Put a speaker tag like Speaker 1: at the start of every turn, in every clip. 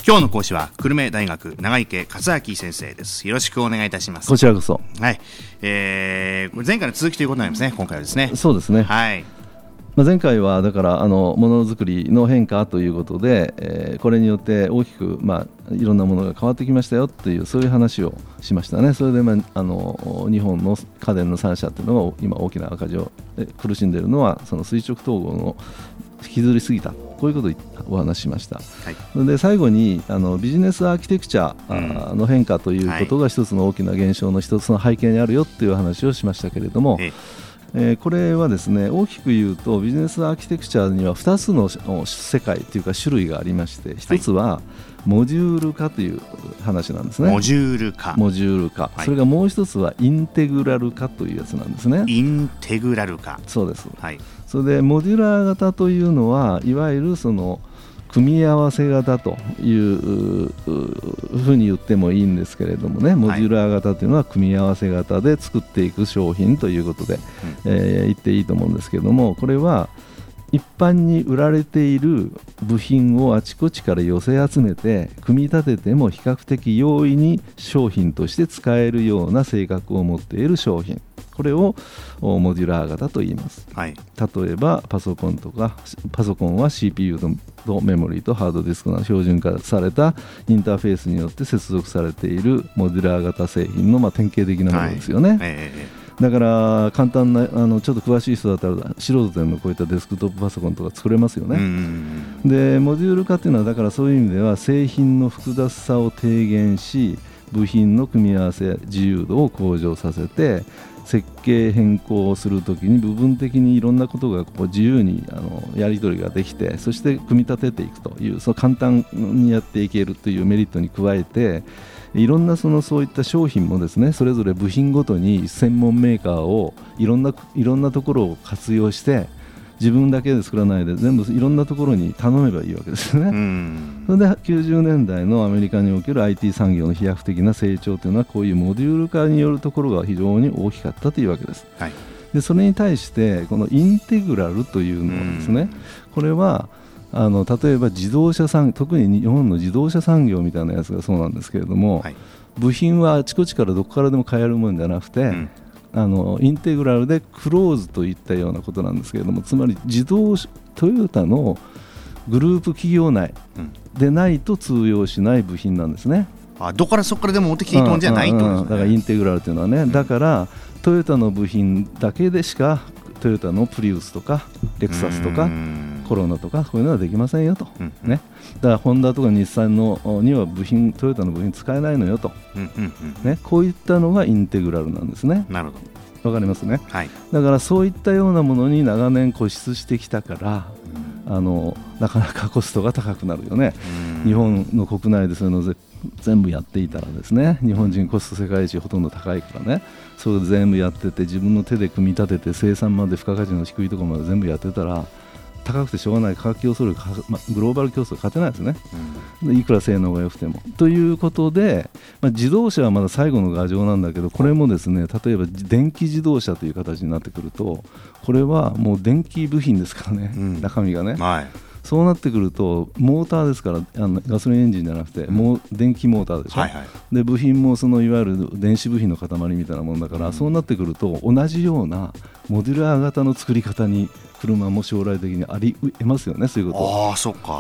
Speaker 1: 今日の講師は久留米大学長池克明先生です。よろしくお願いいたします。
Speaker 2: こちらこそ。
Speaker 1: はい、前回の続きということになりますね。今回はですね。
Speaker 2: そうですね。
Speaker 1: はい。
Speaker 2: 前回はだからものづくりの変化ということで、これによって大きく、いろんなものが変わってきましたよというそういう話をしましたね。それで、日本の家電の3社というのが今大きな赤字を苦しんでいるのはその垂直統合の引きずりすぎた、こういうことをお話ししました。はい、で最後にビジネスアーキテクチャの変化ということが一つの大きな現象の一つの背景にあるよという話をしましたけれども、これはですね、大きく言うとビジネスアーキテクチャには2つの世界というか種類がありまして、1つはモジュール化という話なんですね。
Speaker 1: モジュール化、
Speaker 2: それがもう一つはインテグラル化というやつなんですね。
Speaker 1: インテグラル化、
Speaker 2: そうです。それでモジュラー型というのはいわゆるその組み合わせ型というふうに言ってもいいんですけれどもね、モジュラー型というのは組み合わせ型で作っていく商品ということで、言っていいと思うんですけれども、これは一般に売られている部品をあちこちから寄せ集めて組み立てても比較的容易に商品として使えるような性格を持っている商品、これをモジュラー型と言います。例えばパソコンは CPU とメモリーとハードディスクの標準化されたインターフェースによって接続されているモジュラー型製品の典型的なものですよね。だから簡単なちょっと詳しい人だったら素人でもこういったデスクトップパソコンとか作れますよね。でモジュール化っていうのはだからそういう意味では製品の複雑さを低減し、部品の組み合わせ自由度を向上させて、設計変更をするときに部分的にいろんなことが自由にやり取りができて、そして組み立てていくという、簡単にやっていけるというメリットに加えて、いろんなそういった商品もですね、それぞれ部品ごとに専門メーカーをいろんなところを活用して、自分だけで作らないで全部いろんなところに頼めばいいわけですよね。それで90年代のアメリカにおける IT 産業の飛躍的な成長というのはこういうモジュール化によるところが非常に大きかったというわけです。でそれに対してこのインテグラルというのはですね、これは例えば自動車産業、特に日本の自動車産業みたいなやつがそうなんですけれども、部品はあちこちからどこからでも買えるものじゃなくて、インテグラルでクローズといったようなことなんですけれども、つまりトヨタのグループ企業内でないと通用しない部品なんですね。
Speaker 1: どこからそこからでも持ってきていいもんじゃないってことですね。
Speaker 2: だからインテグラルというのはね、だからトヨタの部品だけでしかトヨタのプリウスとかレクサスとかコロナとかこういうのはできませんよと、だからホンダとか日産にはトヨタの部品使えないのよと、こういったのがインテグラルなんですね。
Speaker 1: なるほど、
Speaker 2: わかりますね。だからそういったようなものに長年固執してきたから、なかなかコストが高くなるよね。日本の国内でそういうのを全部やっていたらですね、日本人コスト世界一ほとんど高いからね、それで全部やってて自分の手で組み立てて生産まで付加価値の低いところまで全部やってたら高くてしょうがない、価格競争力、グローバル競争勝てないですね。いくら性能が良くてもということで、自動車はまだ最後の牙城なんだけど、これもですね、例えば電気自動車という形になってくると、これはもう電気部品ですからね、中身がね、そうなってくるとモーターですから、ガソリンエンジンじゃなくてもう電気モーターでしょ。で部品もいわゆる電子部品の塊みたいなものだから、そうなってくると同じようなモデュラー型の作り方に車も将来的にあり得ますよね。そういうこと。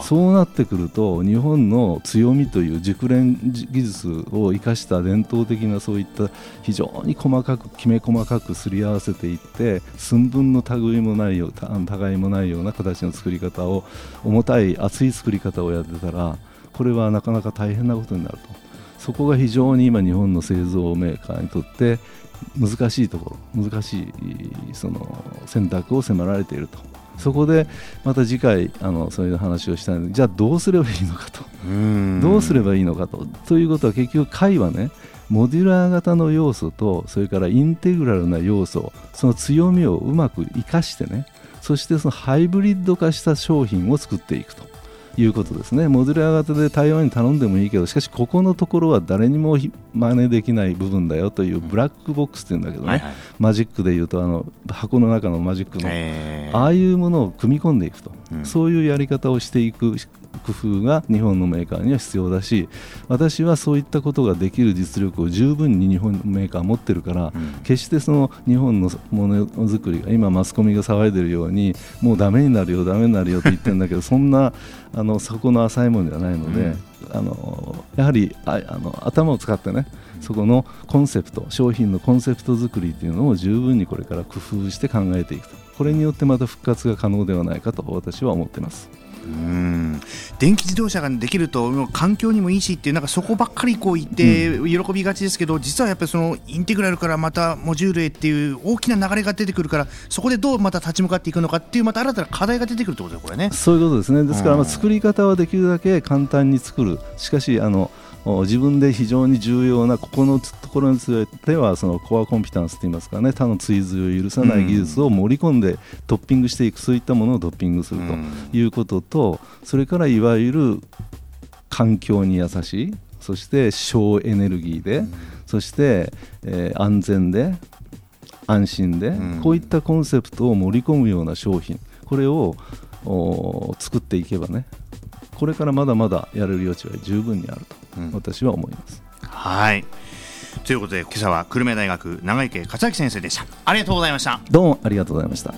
Speaker 2: そうなってくると日本の強みという熟練技術を生かした伝統的なそういった非常にきめ細かくすり合わせていって、寸分の類もないよう互いもないような形の作り方を、重たい厚い作り方をやってたら、これはなかなか大変なことになると。そこが非常に今日本の製造メーカーにとって難しいところ、難しい選択を迫られていると。そこでまた次回そういう話をしたいので、じゃあどうすればいいのかと、どうすればいいのかということは、結局解はね、モデュラー型の要素とそれからインテグラルな要素、その強みをうまく生かしてね、そしてそのハイブリッド化した商品を作っていくということですね。モデュラー型で台湾に頼んでもいいけど、しかしここのところは誰にも真似できない部分だよというブラックボックスっていうんだけどね、マジックでいうと箱の中のマジックのああいうものを組み込んでいくと、そういうやり方をしていく工夫が日本のメーカーには必要だし、私はそういったことができる実力を十分に日本のメーカーは持ってるから、決してその日本のものづくりが今マスコミが騒いでるようにもうダメになるよダメになるよって言ってるんだけどそんなそこの浅いものではないので、やはり頭を使ってね、そこのコンセプト、商品のコンセプト作りというのを十分にこれから工夫して考えていくと、これによってまた復活が可能ではないかと私は思っています。
Speaker 1: 電気自動車ができると環境にもいいしっていう、なんかそこばっかりこう言って喜びがちですけど、実はやっぱりそのインテグラルからまたモジュールへっていう大きな流れが出てくるから、そこでどうまた立ち向かっていくのかっていうまた新たな課題が出てくるってことですよこれね。
Speaker 2: そういうことですね。ですから作り方はできるだけ簡単に作る、しかし自分で非常に重要なここのところについてはそのコアコンピタンスといいますかね、他の追随を許さない技術を盛り込んでトッピングしていく、そういったものをトッピングするということと、それからいわゆる環境に優しい、そして省エネルギーで、そして、安全で安心で、こういったコンセプトを盛り込むような商品、これを作っていけばね、これからまだまだやれる余地は十分にあると私は思います。
Speaker 1: はい、ということで今朝は久留米大学長池克明先生でした。ありがとうございました。
Speaker 2: どうもありがとうございました。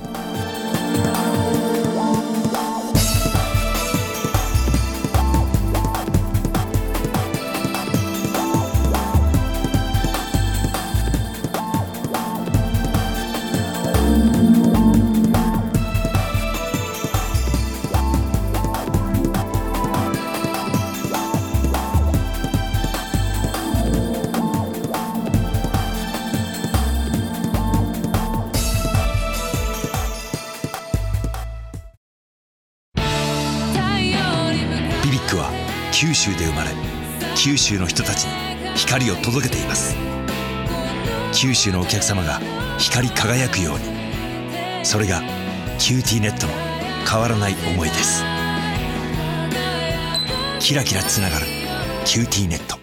Speaker 3: ビビックは九州で生まれ、九州の人たちに光を届けています。九州のお客様が光り輝くように、それがキューティーネットの変わらない思いです。キラキラつながるキューティーネット。